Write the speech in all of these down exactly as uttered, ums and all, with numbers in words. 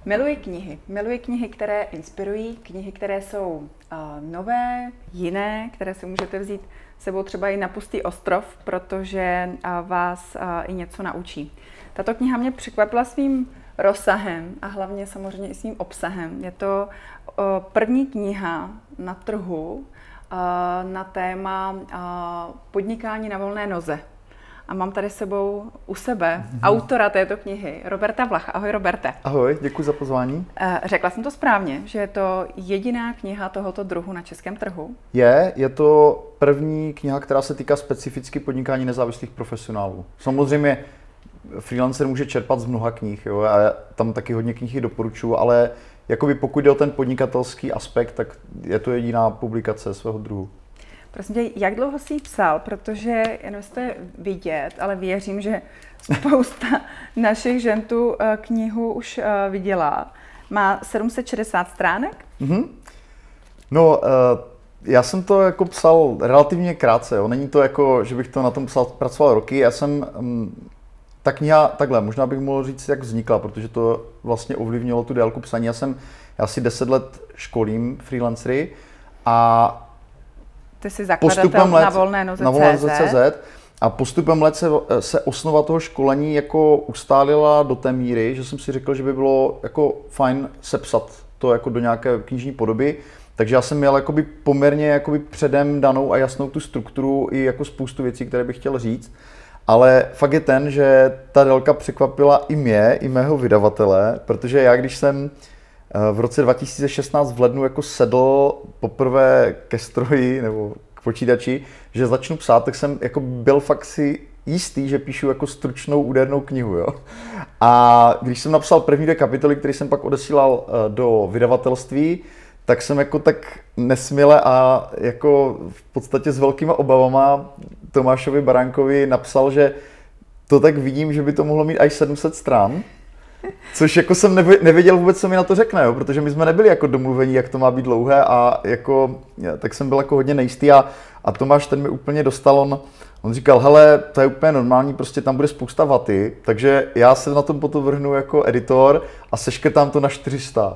Miluji knihy. Miluji knihy, které inspirují, knihy, které jsou uh, nové, jiné, které si můžete vzít sebou třeba i na pustý ostrov, protože uh, vás uh, i něco naučí. Tato kniha mě překvapila svým rozsahem a hlavně samozřejmě i svým obsahem. Je to uh, první kniha na trhu uh, na téma uh, podnikání na volné noze. A mám tady s sebou u sebe mm-hmm. autora této knihy, Roberta Vlacha. Ahoj, Roberte. Ahoj, děkuji za pozvání. Řekla jsem to správně, že je to jediná kniha tohoto druhu na českém trhu? Je, je to první kniha, která se týká specificky podnikání nezávislých profesionálů. Samozřejmě freelancer může čerpat z mnoha knih, jo, a já tam taky hodně knih doporučuji, ale jakoby pokud jde o ten podnikatelský aspekt, tak je to jediná publikace svého druhu. Prosím tě, jak dlouho jsi ji psal, protože jenom jste vidět, ale věřím, že spousta našich žen tu knihu už viděla. Má sedm set šedesát stránek? Mm-hmm. No, já jsem to jako psal relativně krátce, jo. Není to jako, že bych to na tom psal, pracoval roky. Já jsem, ta kniha, takhle, možná bych mohl říct, jak vznikla, protože to vlastně ovlivnilo tu délku psaní. Já jsem, já asi deset let školím freelancery a ty jsi zakladatel na volné noze tečka cé zet a postupem let se, se osnova toho školení jako ustálila do té míry, že jsem si řekl, že by bylo jako fajn sepsat to jako do nějaké knižní podoby. Takže já jsem měl jakoby poměrně jakoby předem danou a jasnou tu strukturu i jako spoustu věcí, které bych chtěl říct. Ale fakt je ten, že ta délka překvapila i mě, i mého vydavatele, protože já, když jsem v roce dva tisíce šestnáct v lednu jako sedl poprvé ke stroji nebo k počítači, že začnu psát, tak jsem jako byl fakt si jistý, že píšu jako stručnou údernou knihu. Jo? A když jsem napsal první dvě kapitoly, které jsem pak odesílal do vydavatelství, tak jsem jako tak nesměle a jako v podstatě s velkýma obavama Tomášovi Baránkovi napsal, že to tak vidím, že by to mohlo mít až sedm set stran. Což jako jsem nevěděl vůbec, co mi na to řekne, jo? Protože my jsme nebyli jako domluvení, jak to má být dlouhé a jako, tak jsem byl jako hodně nejistý a, a Tomáš ten mi úplně dostal, on, on říkal, hele, to je úplně normální, prostě tam bude spousta vaty, takže já se na tom potom vrhnu jako editor a seškrtám to na čtyři sta.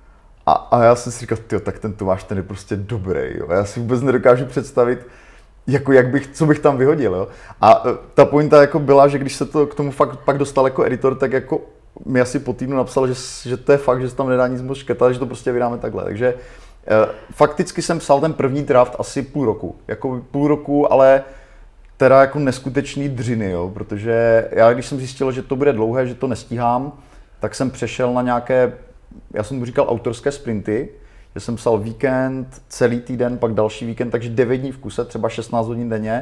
A, a já jsem si říkal, tyjo, tak ten Tomáš, ten je prostě dobrý, jo? Já si vůbec nedokážu představit, jako jak bych, co bych tam vyhodil, jo? A ta pointa jako byla, že když se to k tomu fakt pak dostal jako editor, tak jako mi asi po týdnu napsal, že, že to je fakt, že se tam nedá nic moc škrtat, že to prostě vydáme takhle. Takže e, fakticky jsem psal ten první draft asi půl roku. Jako půl roku, ale teda jako neskutečný dřiny, jo, protože já když jsem zjistil, že to bude dlouhé, že to nestíhám, tak jsem přešel na nějaké, já jsem mu říkal autorské sprinty, že jsem psal víkend, celý týden, pak další víkend, takže devět dní v kuse, třeba šestnáct hodin denně.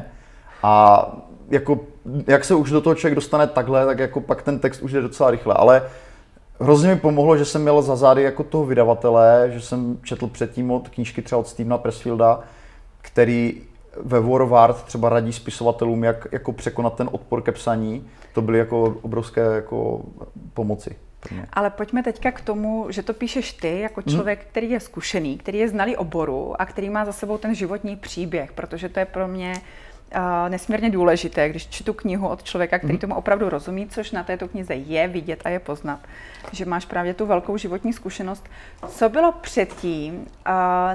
A jako, jak se už do toho člověk dostane takhle, tak jako pak ten text už jde docela rychle, ale hrozně mi pomohlo, že jsem měl za zády jako toho vydavatele, že jsem četl předtím od knížky třeba od Stevena Pressfielda, který ve War of Art třeba radí spisovatelům, jak jako překonat ten odpor ke psaní. To byly jako obrovské jako pomoci. Ale pojďme teďka k tomu, že to píšeš ty jako člověk, hmm. který je zkušený, který je znalý oboru a který má za sebou ten životní příběh, protože to je pro mě Uh, nesmírně důležité, když čtu knihu od člověka, který tomu opravdu rozumí, což na této knize je vidět a je poznat, že máš právě tu velkou životní zkušenost. Co bylo předtím, uh,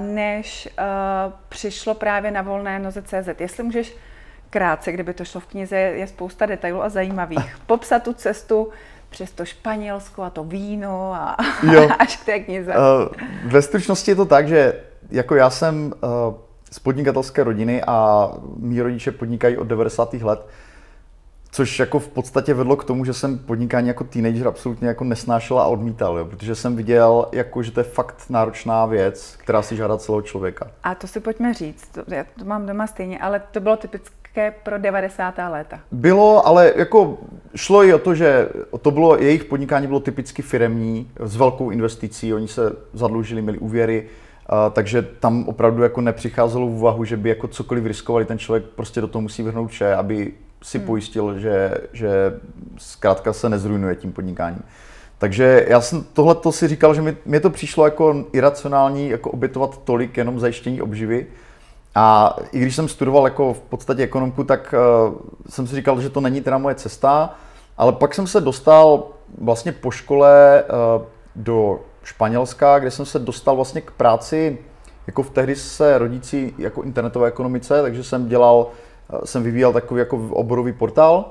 než uh, přišlo právě na volné noze tečka cé zet? Jestli můžeš krátce, kdyby to šlo v knize, je spousta detailů a zajímavých, popsat tu cestu přes to Španělsko a to víno a až k té knize. Uh, ve stručnosti je to tak, že jako já jsem uh, z podnikatelské rodiny a mí rodiče podnikají od devadesátých let, což jako v podstatě vedlo k tomu, že jsem podnikání jako teenager absolutně jako nesnášel a odmítal, jo, protože jsem viděl, jako, že to je fakt náročná věc, která si žádá celého člověka. A to si pojďme říct, to, já to mám doma stejně, ale to bylo typické pro devadesátá léta. Bylo, ale jako šlo i o to, že to bylo, jejich podnikání bylo typicky firemní, s velkou investicí, oni se zadlužili, měli úvěry. Uh, takže tam opravdu jako nepřicházelo v úvahu, že by jako cokoliv riskovali, ten člověk prostě do toho musí vrhnout vše, aby si hmm. pojistil, že, že zkrátka se nezrujnuje tím podnikáním. Takže já jsem tohleto si říkal, že mi, mě to přišlo jako iracionální, jako obětovat tolik jenom zajištění obživy. A i když jsem studoval jako v podstatě ekonomku, tak uh, jsem si říkal, že to není teda moje cesta, ale pak jsem se dostal vlastně po škole uh, do Španělska, kde jsem se dostal vlastně k práci, jako v tehdy se rodící jako internetové ekonomice, takže jsem dělal, jsem vyvíjel takový jako oborový portál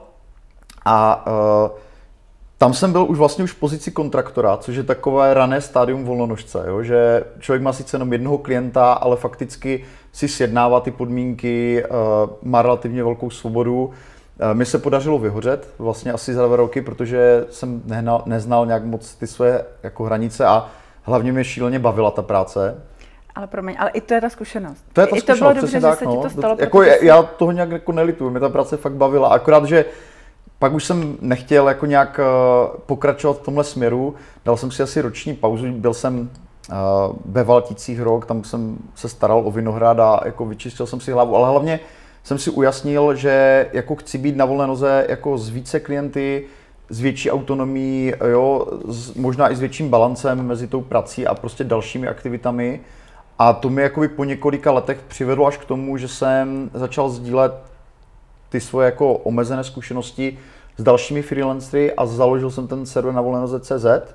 a uh, tam jsem byl už vlastně už v pozici kontraktora, což je takové rané stádium volnonožce, jo? Že člověk má sice jenom jednoho klienta, ale fakticky si sjednává ty podmínky, uh, má relativně velkou svobodu. Uh, Mně se podařilo vyhořet vlastně asi za dva roky, protože jsem nehnal, neznal nějak moc ty své jako hranice a hlavně mě šíleně bavila ta práce. Ale promiň, ale i to je ta zkušenost. To je ta I zkušenost, to bylo dobře, tak, že se no. ti to stalo, jako protože je, já toho nějak jako nelituju, mě ta práce fakt bavila, akorát, že pak už jsem nechtěl jako nějak uh, pokračovat v tomhle směru, dal jsem si asi roční pauzu, byl jsem uh, ve Valticích rok, tam jsem se staral o vinohrad a jako vyčistil jsem si hlavu, ale hlavně jsem si ujasnil, že jako chci být na volné noze jako s více klienty, s větší autonomií, jo, s, možná i s větším balancem mezi tou prací a prostě dalšími aktivitami. A to mi jakoby po několika letech přivedlo až k tomu, že jsem začal sdílet ty svoje jako omezené zkušenosti s dalšími freelancery a založil jsem ten server na volnénoze tečka cé zet,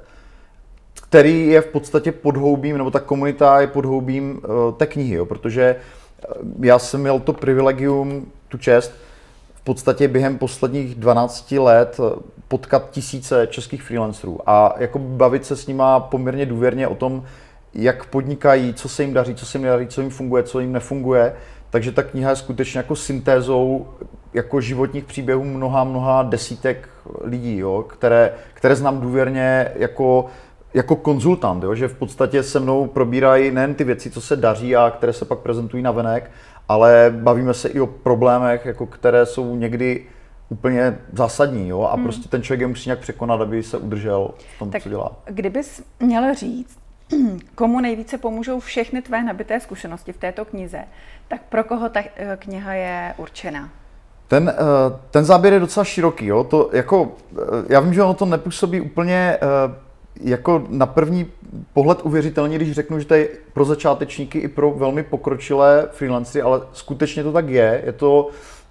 který je v podstatě podhoubím, nebo ta komunita je podhoubím uh, té knihy, jo, protože já jsem měl to privilegium, tu čest, v podstatě během posledních dvanácti let potkat tisíce českých freelancerů a jako bavit se s nima poměrně důvěrně o tom, jak podnikají, co se jim daří, co se jim nedaří, co jim funguje, co jim nefunguje. Takže ta kniha je skutečně jako syntézou jako životních příběhů mnoha, mnoha desítek lidí, jo, které, které znám důvěrně jako, jako konzultant, jo, že v podstatě se mnou probírají nejen ty věci, co se daří a které se pak prezentují navenek, ale bavíme se i o problémech, jako které jsou někdy úplně zásadní, jo, a hmm. prostě ten člověk je musí nějak překonat, aby se udržel v tom, tak co dělá. Kdybys měl říct, komu nejvíce pomůžou všechny tvé nabité zkušenosti v této knize, tak pro koho ta kniha je určená? Ten, ten záběr je docela široký, jo? To jako, já vím, že ono to nepůsobí úplně jako na první pohled uvěřitelně, když řeknu, že to je pro začátečníky i pro velmi pokročilé freelancery, ale skutečně to tak je. Je to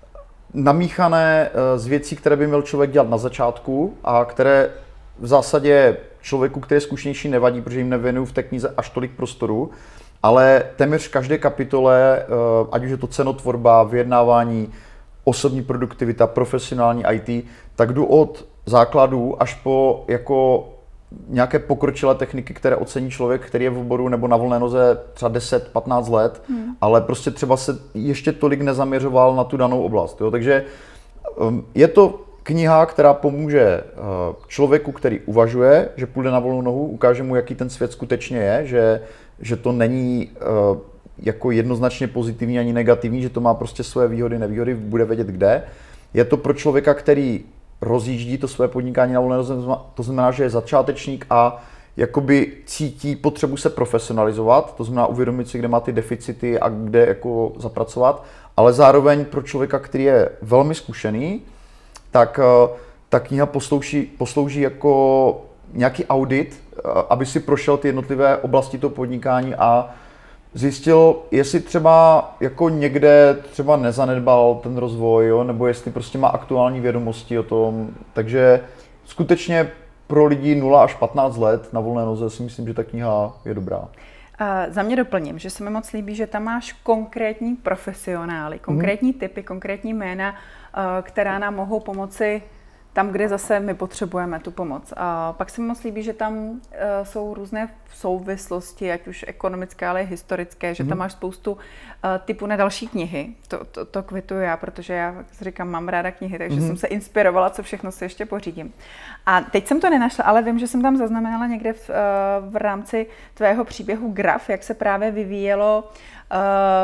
namíchané z věcí, které by měl člověk dělat na začátku a které v zásadě člověku, který je zkušenější, nevadí, protože jim nevěnuju v té knize až tolik prostoru, ale téměř v každé kapitole, ať už je to cenotvorba, vyjednávání, osobní produktivita, profesionální í té, tak jdu od základů až po jako nějaké pokročilé techniky, které ocení člověk, který je v oboru nebo na volné noze třeba deset patnáct let, hmm. ale prostě třeba se ještě tolik nezaměřoval na tu danou oblast. Jo? Takže um, je to kniha, která pomůže uh, člověku, který uvažuje, že půjde na volnou nohu, ukáže mu, jaký ten svět skutečně je, že, že to není uh, jako jednoznačně pozitivní ani negativní, že to má prostě své výhody, nevýhody, bude vědět kde. Je to pro člověka, který rozjíždí to své podnikání na volné noze, to znamená, že je začátečník a jakoby cítí potřebu se profesionalizovat, to znamená uvědomit si, kde má ty deficity a kde jako zapracovat, ale zároveň pro člověka, který je velmi zkušený, tak ta kniha poslouží, poslouží jako nějaký audit, aby si prošel ty jednotlivé oblasti toho podnikání a zjistil, jestli třeba jako někde třeba nezanedbal ten rozvoj, jo, nebo jestli prostě má aktuální vědomosti o tom. Takže skutečně pro lidi nula až patnáct let na volné noze si myslím, že ta kniha je dobrá. A za mě doplním, že se mi moc líbí, že tam máš konkrétní profesionály, konkrétní mm. typy, konkrétní jména, která nám mohou pomoci tam, kde zase my potřebujeme tu pomoc. A pak se mi moc líbí, že tam uh, jsou různé souvislosti, ať už ekonomické, ale i historické, že mm. tam máš spoustu uh, typů na další knihy. To, to, to kvituju já, protože já, jak říkám, mám ráda knihy, takže mm. jsem se inspirovala, co všechno si ještě pořídím. A teď jsem to nenašla, ale vím, že jsem tam zaznamenala někde v, uh, v rámci tvého příběhu graf, jak se právě vyvíjelo uh,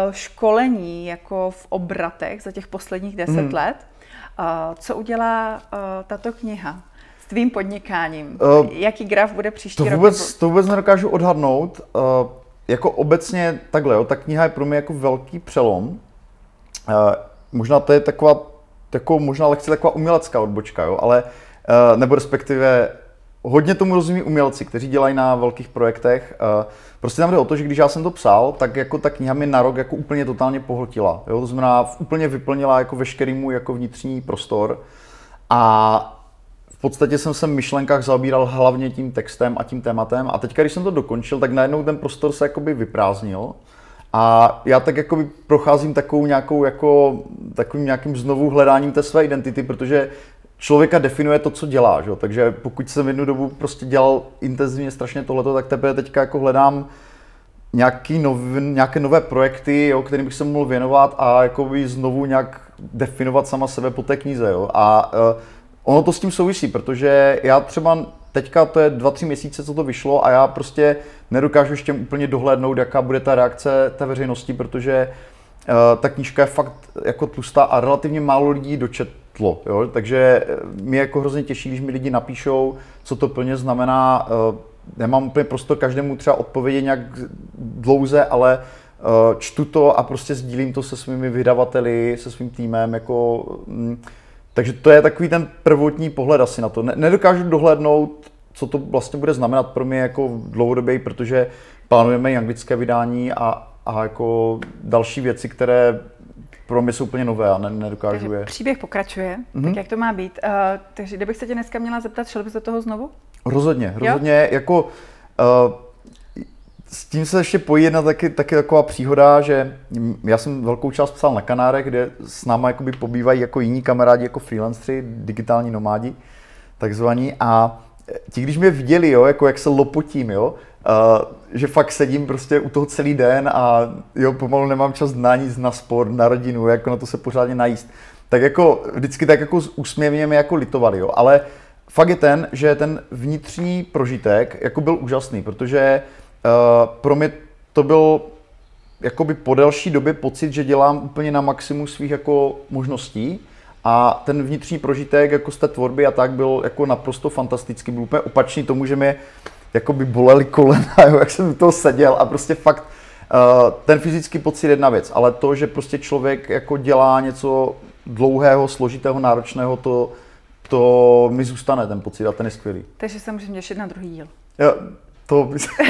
školení jako v obratech za těch posledních deset mm. let. Uh, co udělá uh, tato kniha s tvým podnikáním? Uh, Jaký graf bude příští to rok? Vůbec, to vůbec nedokážu odhadnout. Uh, jako obecně takhle, jo, ta kniha je pro mě jako velký přelom. Uh, možná to je taková, jako, možná lehce taková umělecká odbočka, jo, ale uh, nebo respektive hodně tomu rozumí umělci, kteří dělají na velkých projektech. Uh, prostě tam jde o to, že když já jsem to psal, tak jako ta kniha mi na rok jako úplně totálně pohltila. Jo? To znamená, úplně vyplnila jako veškerý můj jako vnitřní prostor. A podstatě jsem se v myšlenkách zaobíral hlavně tím textem a tím tématem a teďka, když jsem to dokončil, tak najednou ten prostor se jakoby vyprázdnil a já tak jakoby procházím takovou nějakou jako, takovým nějakým znovu hledáním té své identity, protože člověka definuje to, co dělá, že? Takže pokud jsem jednu dobu prostě dělal intenzivně strašně tohleto, tak teprve teďka jako hledám nějaký nov, nějaké nové projekty, jo, kterým bych se mohl věnovat a jakoby znovu nějak definovat sama sebe po té knize. Jo. A uh, ono to s tím souvisí, protože já třeba teďka to je dva, tři měsíce, co to vyšlo a já prostě nedokážu ještě úplně dohlédnout, jaká bude ta reakce té veřejnosti, protože uh, ta knížka je fakt jako tlustá a relativně málo lidí dočetlo. Jo. Takže mě jako hrozně těší, když mi lidi napíšou, co to plně znamená. Uh, Nemám úplně prostor každému třeba odpovědět nějak dlouze, ale uh, čtu to a prostě sdílím to se svými vydavateli, se svým týmem, jako, mm, takže to je takový ten prvotní pohled asi na to. Ne, nedokážu dohlédnout, co to vlastně bude znamenat pro mě jako dlouhodobě, protože plánujeme i anglické vydání a, a jako další věci, které pro mě jsou úplně nové a ne, nedokážu takže je. Příběh pokračuje, mm-hmm. tak jak to má být. Uh, takže kdybych se tě dneska měla zeptat, šel bys do toho znovu? Rozhodně, rozhodně, jo? Jako uh, s tím se ještě pojí jedna taky, taky taková příhoda, že já jsem velkou část psal na Kanárech, kde s náma jakoby pobývají jako jiní kamarádi, jako freelanceri, digitální nomádi, takzvaní, a ti, když mě viděli, jo, jako jak se lopotím, jo, uh, že fakt sedím prostě u toho celý den a jo, pomalu nemám čas na nic, na sport, na rodinu, jako na to se pořádně najíst, tak jako vždycky tak jako úsměvně mě jako litovali, jo, ale fakt je ten, že ten vnitřní prožitek jako byl úžasný, protože uh, pro mě to byl jakoby po delší době pocit, že dělám úplně na maximum svých jako možností a ten vnitřní prožitek jako z té tvorby a tak byl jako naprosto fantastický, byl úplně opačný tomu, že mě jakoby bolely kolena, jo, jak jsem u toho seděl a prostě fakt uh, ten fyzický pocit je jedna věc, ale to, že prostě člověk jako dělá něco dlouhého, složitého, náročného, to to mi zůstane ten pocit a ten je skvělý. Takže se můžeme těšit na druhý díl. Jo, to, myslím,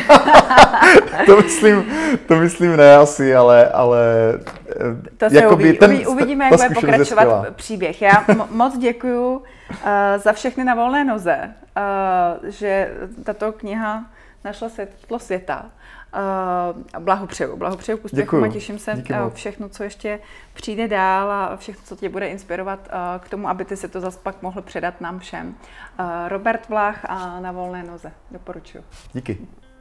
to, myslím, to myslím ne asi, ale, ale to se jakoby uvidí, ten, uvidíme, jak bude pokračovat příběh. Já moc děkuju uh, za všechny na volné noze, uh, že tato kniha našla světlo světa. Uh, blahopřeju, blahopřeju k úspěchům a těším se uh, všechno, co ještě přijde dál a všechno, co tě bude inspirovat uh, k tomu, aby ty se to zas pak mohl předat nám všem. Uh, Robert Vlach a Na volné noze. Doporučuji. Díky.